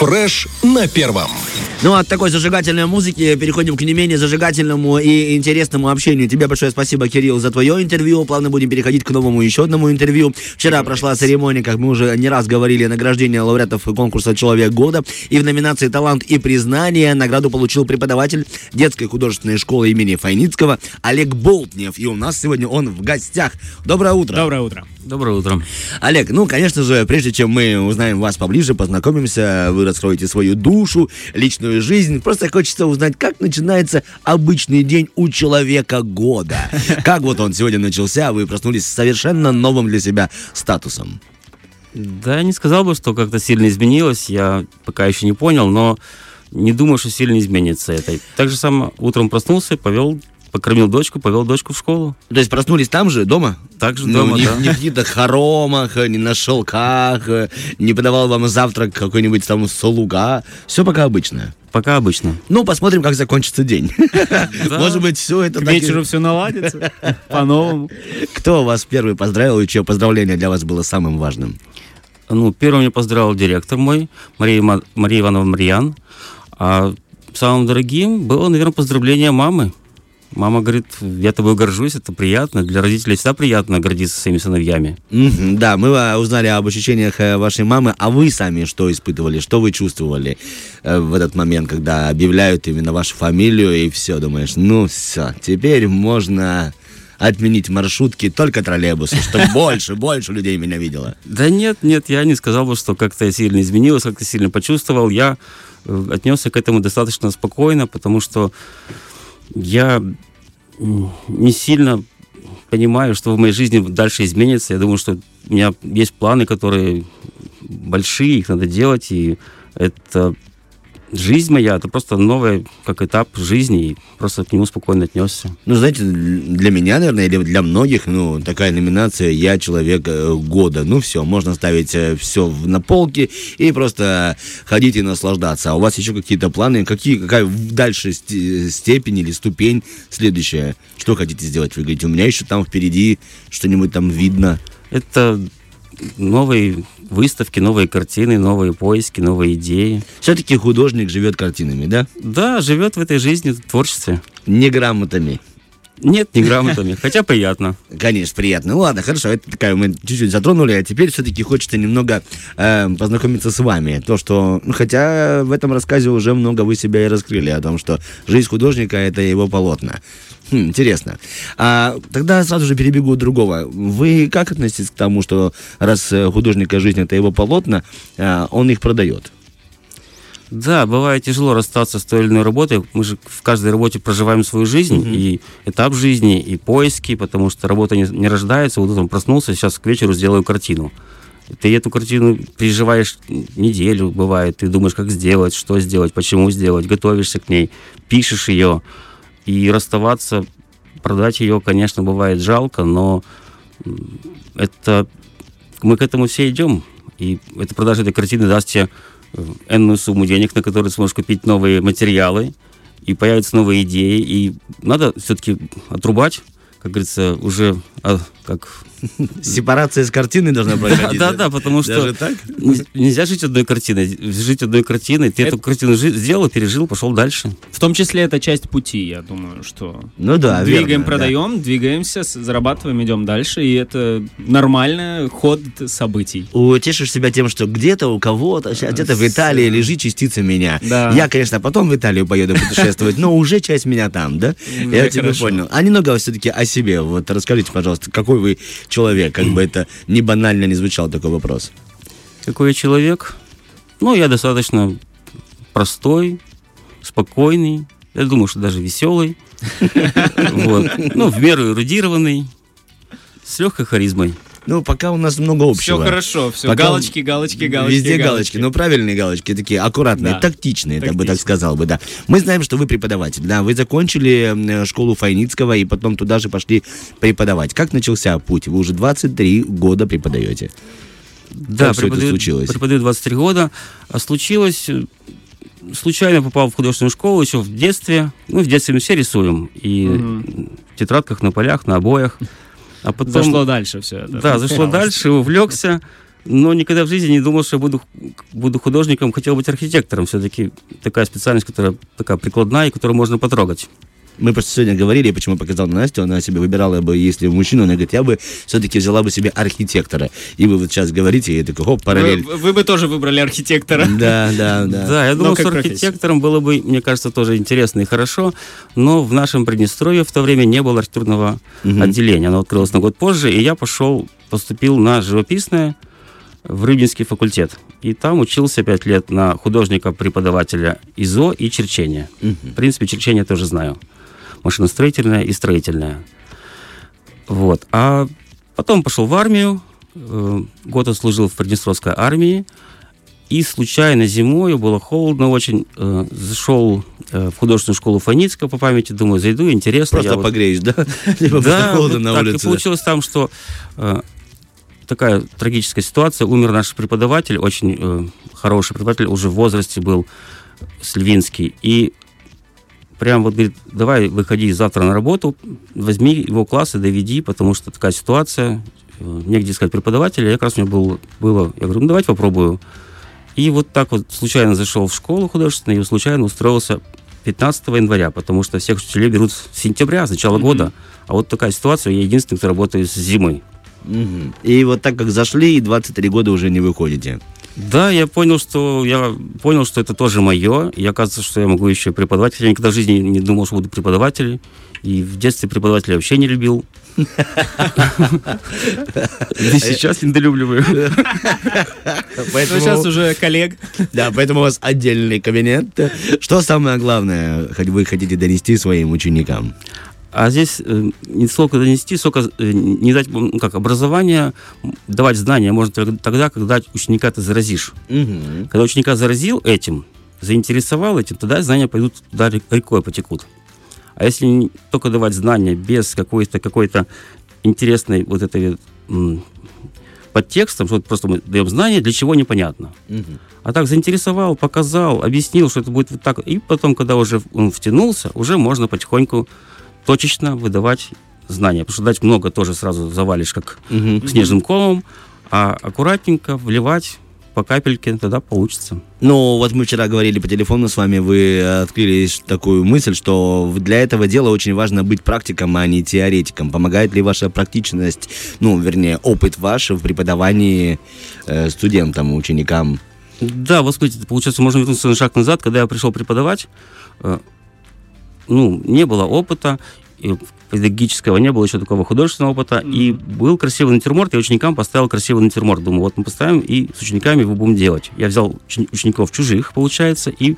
Фреш на первом. Ну, от такой зажигательной музыки переходим к не менее зажигательному и интересному общению. Тебе большое спасибо, Кирилл, за твое интервью. Плавно будем переходить к новому еще одному интервью. Вчера прошла церемония, как мы уже не раз говорили, награждения лауреатов конкурса «Человек года». И в номинации «Талант и признание» награду получил преподаватель детской художественной школы имени Файницкого Олег Болтнев. И у нас сегодня он в гостях. Доброе утро. Доброе утро. Доброе утро. Олег, ну, конечно же, прежде чем мы узнаем вас поближе, познакомимся, вы раскроете свою душу, личную жизнь. Просто хочется узнать, как начинается обычный день у человека года. Как вот он сегодня начался, вы проснулись с совершенно новым для себя статусом. Да, я не сказал бы, что как-то сильно изменилось, я пока еще не понял, но не думаю, что сильно изменится это. Так же самое, утром проснулся, покормил дочку, повел дочку в школу. То есть проснулись там же, дома? Так же дома, да. да. Не в каких-то хоромах, не на шелках, не подавал вам завтрак какой-нибудь там слуга. Все пока обычно. Пока обычно. Ну, посмотрим, как закончится день. Может быть, все это... К вечеру все наладится по-новому. Кто вас первый поздравил и чье поздравление для вас было самым важным? Ну, первым меня поздравил директор мой, Мария Ивановна Марьян. А самым дорогим было, наверное, поздравление мамы. Мама говорит, я тобой горжусь, это приятно. Для родителей всегда приятно гордиться своими сыновьями. Да, мы узнали об ощущениях вашей мамы, а вы сами что испытывали, что вы чувствовали в этот момент, когда объявляют именно вашу фамилию, и все, думаешь, ну все, теперь можно отменить маршрутки, только троллейбусы, чтобы больше людей меня видело. Да нет, я не сказал бы, что как-то сильно изменилось, как-то сильно почувствовал. Я отнесся к этому достаточно спокойно, потому что я не сильно понимаю, что в моей жизни дальше изменится. Я думаю, что у меня есть планы, которые большие, их надо делать, и это жизнь моя, это просто новый как этап жизни, и просто к нему спокойно отнесся. Ну, знаете, для меня, наверное, или для многих, такая номинация «Я человек года». Ну, все, можно ставить все на полке и просто ходить и наслаждаться. А у вас еще какие-то планы? Какая дальше степень или ступень следующая? Что хотите сделать? Вы говорите, у меня еще там впереди что-нибудь там видно. Это новые выставки, новые картины, новые поиски, новые идеи. Все-таки художник живет картинами, да? Да, живет в этой жизни, в творчестве. Не грамотами. Нет, не грамотами, хотя приятно. Конечно, приятно. Ну ладно, хорошо, это такая мы чуть-чуть затронули, а теперь все-таки хочется немного познакомиться с вами. То, что, хотя в этом рассказе уже много вы себя и раскрыли, о том, что жизнь художника — это его полотна. Интересно. Тогда сразу же перебегу от другого. Вы как относитесь к тому, что раз художника жизнь — это его полотна, он их продает? Да, бывает тяжело расстаться с той или иной работой. Мы же в каждой работе проживаем свою жизнь, и этап жизни, и поиски, потому что работа не рождается. Вот утром проснулся, сейчас к вечеру сделаю картину. Ты эту картину переживаешь неделю, бывает. Ты думаешь, как сделать, что сделать, почему сделать, готовишься к ней, пишешь ее. И расставаться, продать ее, конечно, бывает жалко, но это мы к этому все идем. И эта продажа этой картины даст тебе энную сумму денег, на которые ты сможешь купить новые материалы, и появятся новые идеи. И надо все-таки отрубать, как говорится, уже как... Сепарация с картиной должна происходить. Да, потому что даже так? Нельзя жить одной картиной. Ты эту картину сделал, пережил, пошел дальше. В том числе это часть пути, я думаю, что... Ну да, двигаем, верно, продаем, двигаемся, зарабатываем, идем дальше, и это нормальный ход событий. Утешишь себя тем, что где-то у кого-то, где-то в Италии лежит частица меня. Да. Я, конечно, потом в Италию поеду путешествовать, но уже часть меня там, да? Я тебя понял. А немного все-таки о себе. Вот расскажите, пожалуйста, какой вы человек, как бы это ни банально не звучал такой вопрос. Какой я человек? Я достаточно простой, спокойный, я думаю, что даже веселый, в меру эрудированный, с легкой харизмой. Пока у нас много общего. Все хорошо, все. Пока галочки. Везде галочки. Правильные галочки, такие аккуратные, да. тактичные, я бы так сказал бы, да. Мы знаем, что вы преподаватель, да. Вы закончили школу Файницкого и потом туда же пошли преподавать. Как начался путь? Вы уже 23 года преподаете. Да, как все это случилось? Преподаю 23 года. А случилось... Случайно попал в художественную школу еще в детстве. В детстве мы все рисуем. И в тетрадках, на полях, на обоях. А потом... Зашло дальше все это. Да, зашло дальше, увлекся. Но никогда в жизни не думал, что я буду художником, хотел быть архитектором. Все-таки такая специальность, которая такая прикладная, и которую можно потрогать. Мы просто сегодня говорили, почему я показал на Настю, она себе выбирала бы, если мужчину, она говорит, я бы все-таки взяла бы себе архитектора. И вы вот сейчас говорите, и такой, хоп, параллель. Вы бы тоже выбрали архитектора. Да. Да, я думал, что архитектором было бы, мне кажется, тоже интересно и хорошо, но в нашем Приднестровье в то время не было архитектурного отделения. Оно открылось на год позже, и я поступил на живописное в Рыбинский факультет. И там учился 5 лет на художника-преподавателя ИЗО и черчения. В принципе, черчение тоже знаю. Машиностроительное и строительное. Вот. А потом пошел в армию. Год отслужил в Приднестровской армии. И случайно зимой, было холодно очень, зашел в художественную школу Фаницка по памяти, думаю, зайду, интересно. Просто погреюсь, да? Да, так и получилось там, что такая трагическая ситуация. Умер наш преподаватель, очень хороший преподаватель, уже в возрасте был, Сливинский. И прям вот говорит, давай выходи завтра на работу, возьми его класс и доведи, потому что такая ситуация, негде искать преподавателя. Я как раз у меня было, я говорю, ну давайте попробую. И вот так вот случайно зашел в школу художественную и случайно устроился 15 января, потому что всех учителей берут с сентября, с начала года. А вот такая ситуация, я единственный, кто работает с зимой. И вот так как зашли, и 23 года уже не выходите. Да, я понял, что это тоже мое. И оказывается, что я могу еще преподавать. Я никогда в жизни не думал, что буду преподавателем. И в детстве преподавателя вообще не любил. И сейчас недолюбливаю. Сейчас уже коллег. Да, поэтому у вас отдельный кабинет. Что самое главное вы хотите донести своим ученикам? А здесь не сколько донести, сколько не дать, образование, давать знания можно только тогда, когда ученика ты заразишь. Когда ученика заразил этим, заинтересовал этим, тогда знания пойдут туда рекой потекут. А если только давать знания без какой-то интересной вот этой подтекстом, что просто мы даем знания, для чего непонятно. А так заинтересовал, показал, объяснил, что это будет вот так. И потом, когда уже он втянулся, уже можно потихоньку точечно выдавать знания. Потому что дать много тоже сразу завалишь, как снежным комом, а аккуратненько вливать по капельке, тогда получится. Ну, вот мы вчера говорили по телефону с вами, вы открыли такую мысль, что для этого дела очень важно быть практиком, а не теоретиком. Помогает ли ваша практичность, опыт ваш в преподавании студентам, ученикам? Да, вот смотрите, получается, можно вернуться на шаг назад. Когда я пришел преподавать, не было опыта, педагогического, не было еще такого художественного опыта, и был красивый натюрморт, я ученикам поставил красивый натюрморт. Думаю, вот мы поставим, и с учениками его будем делать. Я взял учеников чужих, получается, и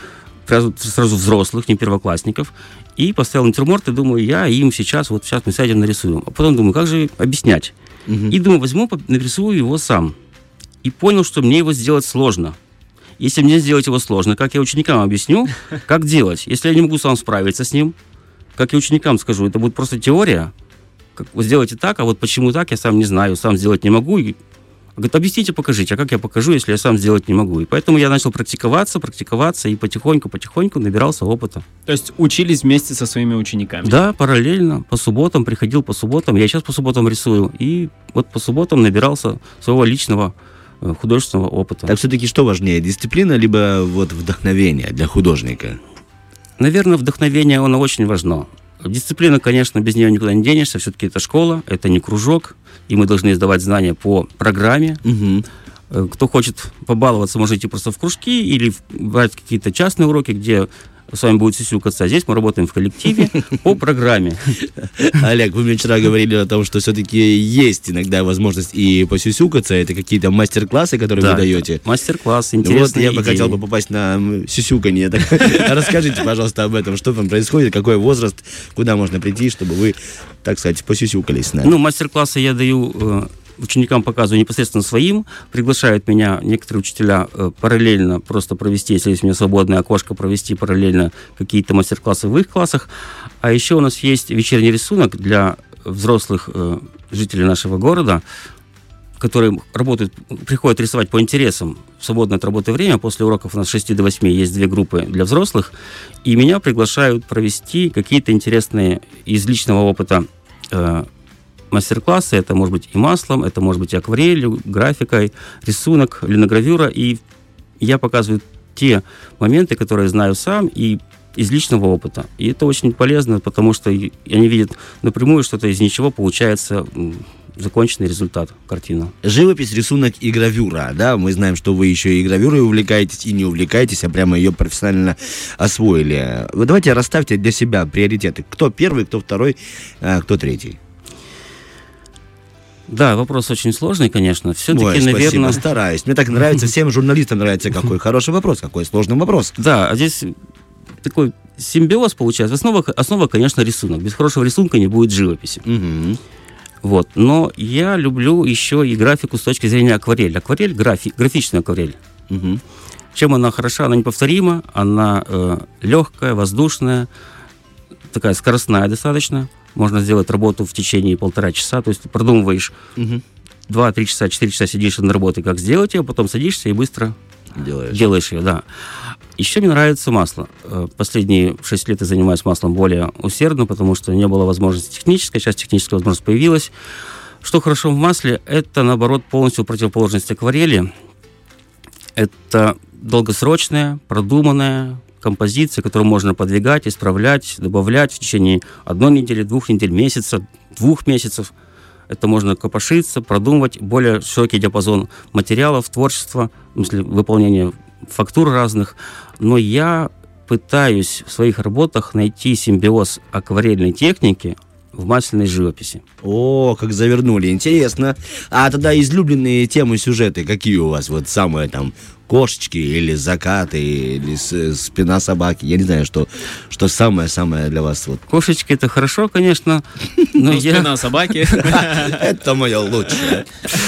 сразу взрослых, не первоклассников, и поставил натюрморт, и думаю, я им сейчас мы сядем, нарисуем. А потом думаю, как же объяснять? И думаю, возьму, нарисую его сам. И понял, что мне его сделать сложно. Если мне сделать его сложно, как я ученикам объясню, как делать? Если я не могу сам справиться с ним, как я ученикам скажу, это будет просто теория. Вы сделайте так, а вот почему так, я сам не знаю, сам сделать не могу. И говорит, объясните, покажите. А как я покажу, если я сам сделать не могу? И поэтому я начал практиковаться, и потихоньку набирался опыта. То есть учились вместе со своими учениками? Да, параллельно. По субботам приходил по субботам. Я сейчас по субботам рисую. И вот по субботам набирался своего личного художественного опыта. Так все-таки что важнее, дисциплина, либо вдохновение для художника? Наверное, вдохновение, оно очень важно. Дисциплина, конечно, без нее никуда не денешься. Все-таки это школа, это не кружок, и мы должны сдавать знания по программе. Кто хочет побаловаться, может идти просто в кружки или брать какие-то частные уроки, где с вами будет сюсюкаться. Здесь мы работаем в коллективе по программе. Олег, вы мне вчера говорили о том, что все-таки есть иногда возможность и посюсюкаться. Это какие-то мастер-классы, которые вы даете. Мастер-классы, интересные идеи. Я бы хотел попасть на сюсюканье. Расскажите, пожалуйста, об этом. Что там происходит, какой возраст, куда можно прийти, чтобы вы, так сказать, посюсюкались с нами. Мастер-классы я даю ученикам, показываю непосредственно своим. Приглашают меня некоторые учителя параллельно просто провести, если есть у меня свободное окошко, провести параллельно какие-то мастер-классы в их классах. А еще у нас есть вечерний рисунок для взрослых жителей нашего города, которые приходят рисовать по интересам в свободное от работы время. После уроков у нас с 6 до 8 есть 2 группы для взрослых. И меня приглашают провести какие-то интересные из личного опыта мастер-классы. Это может быть и маслом, это может быть и акварелью, графикой, рисунок, линогравюра. И я показываю те моменты, которые знаю сам и из личного опыта. И это очень полезно, потому что они видят напрямую, что-то из ничего получается законченный результат картины. Живопись, рисунок и гравюра, да? Мы знаем, что вы еще и гравюрой увлекаетесь, и не увлекаетесь, а прямо ее профессионально освоили. Вы давайте расставьте для себя приоритеты. Кто первый, кто второй, кто третий? Да, вопрос очень сложный, конечно. Все-таки, Ой, спасибо, наверное... стараюсь. Мне так нравится, всем журналистам нравится, какой хороший вопрос, какой сложный вопрос. Да, а здесь такой симбиоз получается. Основа, конечно, рисунок. Без хорошего рисунка не будет живописи. Угу. Вот. Но я люблю еще и графику с точки зрения акварель. Акварель, графичная акварель. Угу. Чем она хороша? Она неповторима, она легкая, воздушная, такая скоростная достаточно. Можно сделать работу в течение 1,5 часа. То есть ты продумываешь 2-3 часа, 4 часа сидишь над работой, как сделать ее, потом садишься и быстро делаешь ее, да. Еще мне нравится масло. Последние 6 лет я занимаюсь маслом более усердно, потому что не было возможности технической. Сейчас техническая возможность появилась. Что хорошо в масле, это, наоборот, полностью противоположность акварели. Это долгосрочная, продуманная композиция, которую можно подвигать, исправлять, добавлять в течение 1 недели, 2 недель, месяца, 2 месяцев. Это можно копошиться, продумывать более широкий диапазон материалов, творчества, в смысле выполнения фактур разных. Но я пытаюсь в своих работах найти симбиоз акварельной техники в масляной живописи. О, как завернули, интересно. А тогда излюбленные темы, сюжеты, какие у вас? Вот самые там кошечки или закаты, или спина собаки. Я не знаю, что самое-самое для вас. Вот. Кошечки — это хорошо, конечно, но спина собаки. Это мое лучшее.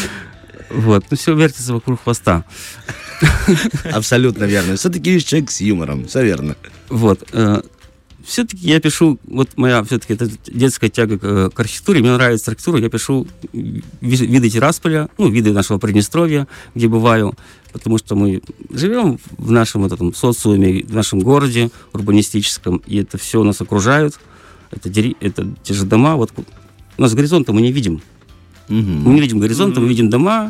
Вот, ну все вертится вокруг хвоста. Абсолютно верно. Все-таки человек с юмором, все верно. Вот. Все-таки я пишу, вот моя все-таки это детская тяга к архитектуре, мне нравится архитектура, я пишу виды Тирасполя, виды нашего Приднестровья, где бываю, потому что мы живем в нашем этом социуме, в нашем городе урбанистическом, и это все нас окружает, это те же дома, вот у нас горизонта мы не видим. Мы не видим горизонта, мы видим дома,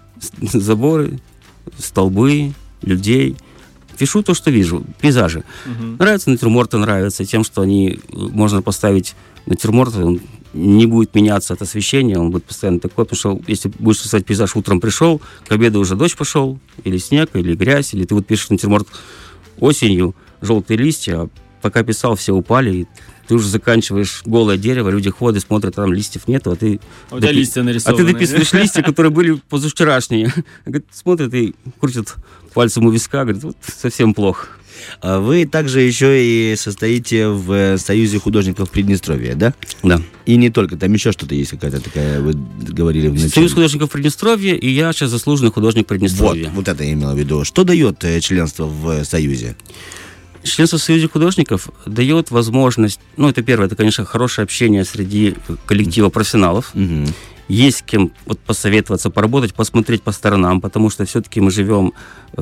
заборы, столбы, людей. Пишу то, что вижу, пейзажи. Нравятся натюрморты, нравятся тем, что можно поставить натюрморт, он не будет меняться от освещения, он будет постоянно такой, потому что если будешь рисовать пейзаж, утром пришел, к обеду уже дождь пошел, или снег, или грязь, или ты вот пишешь натюрморт осенью, желтые листья, а пока писал, все упали, и ты уже заканчиваешь голое дерево, люди ходят, смотрят, там листьев нету, а ты... У тебя листья нарисованы. А ты дописываешь листья, которые были позавчерашние. Смотрят и крутят пальцем у виска, говорят, вот совсем плохо. Вы также еще и состоите в Союзе художников Приднестровья, да? Да. И не только, там еще что-то есть какая-то такая, вы говорили в начале. Союз художников Приднестровья, и я сейчас заслуженный художник Приднестровья. Вот это я имел в виду. Что дает членство в Союзе? Членство в Союзе художников дает возможность, это первое, это, конечно, хорошее общение среди коллектива профессионалов. Есть с кем посоветоваться, поработать, посмотреть по сторонам, потому что все-таки мы живем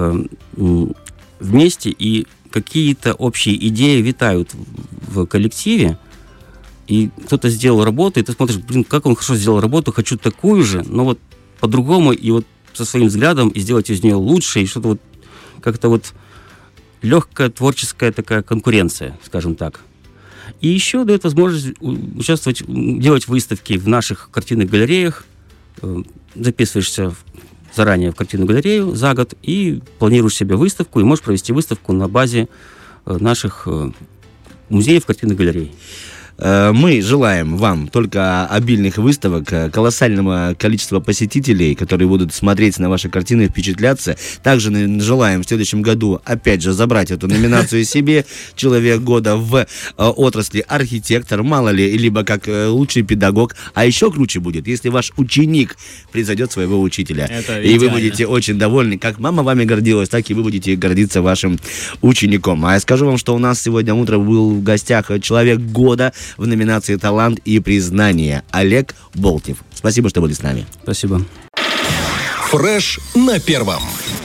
вместе, и какие-то общие идеи витают в коллективе, и кто-то сделал работу, и ты смотришь, как он хорошо сделал работу, хочу такую же, но вот по-другому, и вот со своим взглядом, и сделать из нее лучше, и что-то как-то легкая творческая такая конкуренция, скажем так. И еще дает возможность участвовать, делать выставки в наших картинных галереях, записываешься заранее в картинную галерею за год и планируешь себе выставку, и можешь провести выставку на базе наших музеев картинных галерей. Мы желаем вам только обильных выставок, колоссального количества посетителей, которые будут смотреть на ваши картины, впечатляться. Также желаем в следующем году, опять же, забрать эту номинацию себе. Человек года в отрасли архитектор, мало ли, либо как лучший педагог. А еще круче будет, если ваш ученик превзойдет своего учителя. И вы будете очень довольны. Как мама вами гордилась, так и вы будете гордиться вашим учеником. А я скажу вам, что у нас сегодня утром был в гостях человек года в номинации «Талант и признание» Олег Болтнев. Спасибо, что были с нами. Спасибо. Фреш на первом.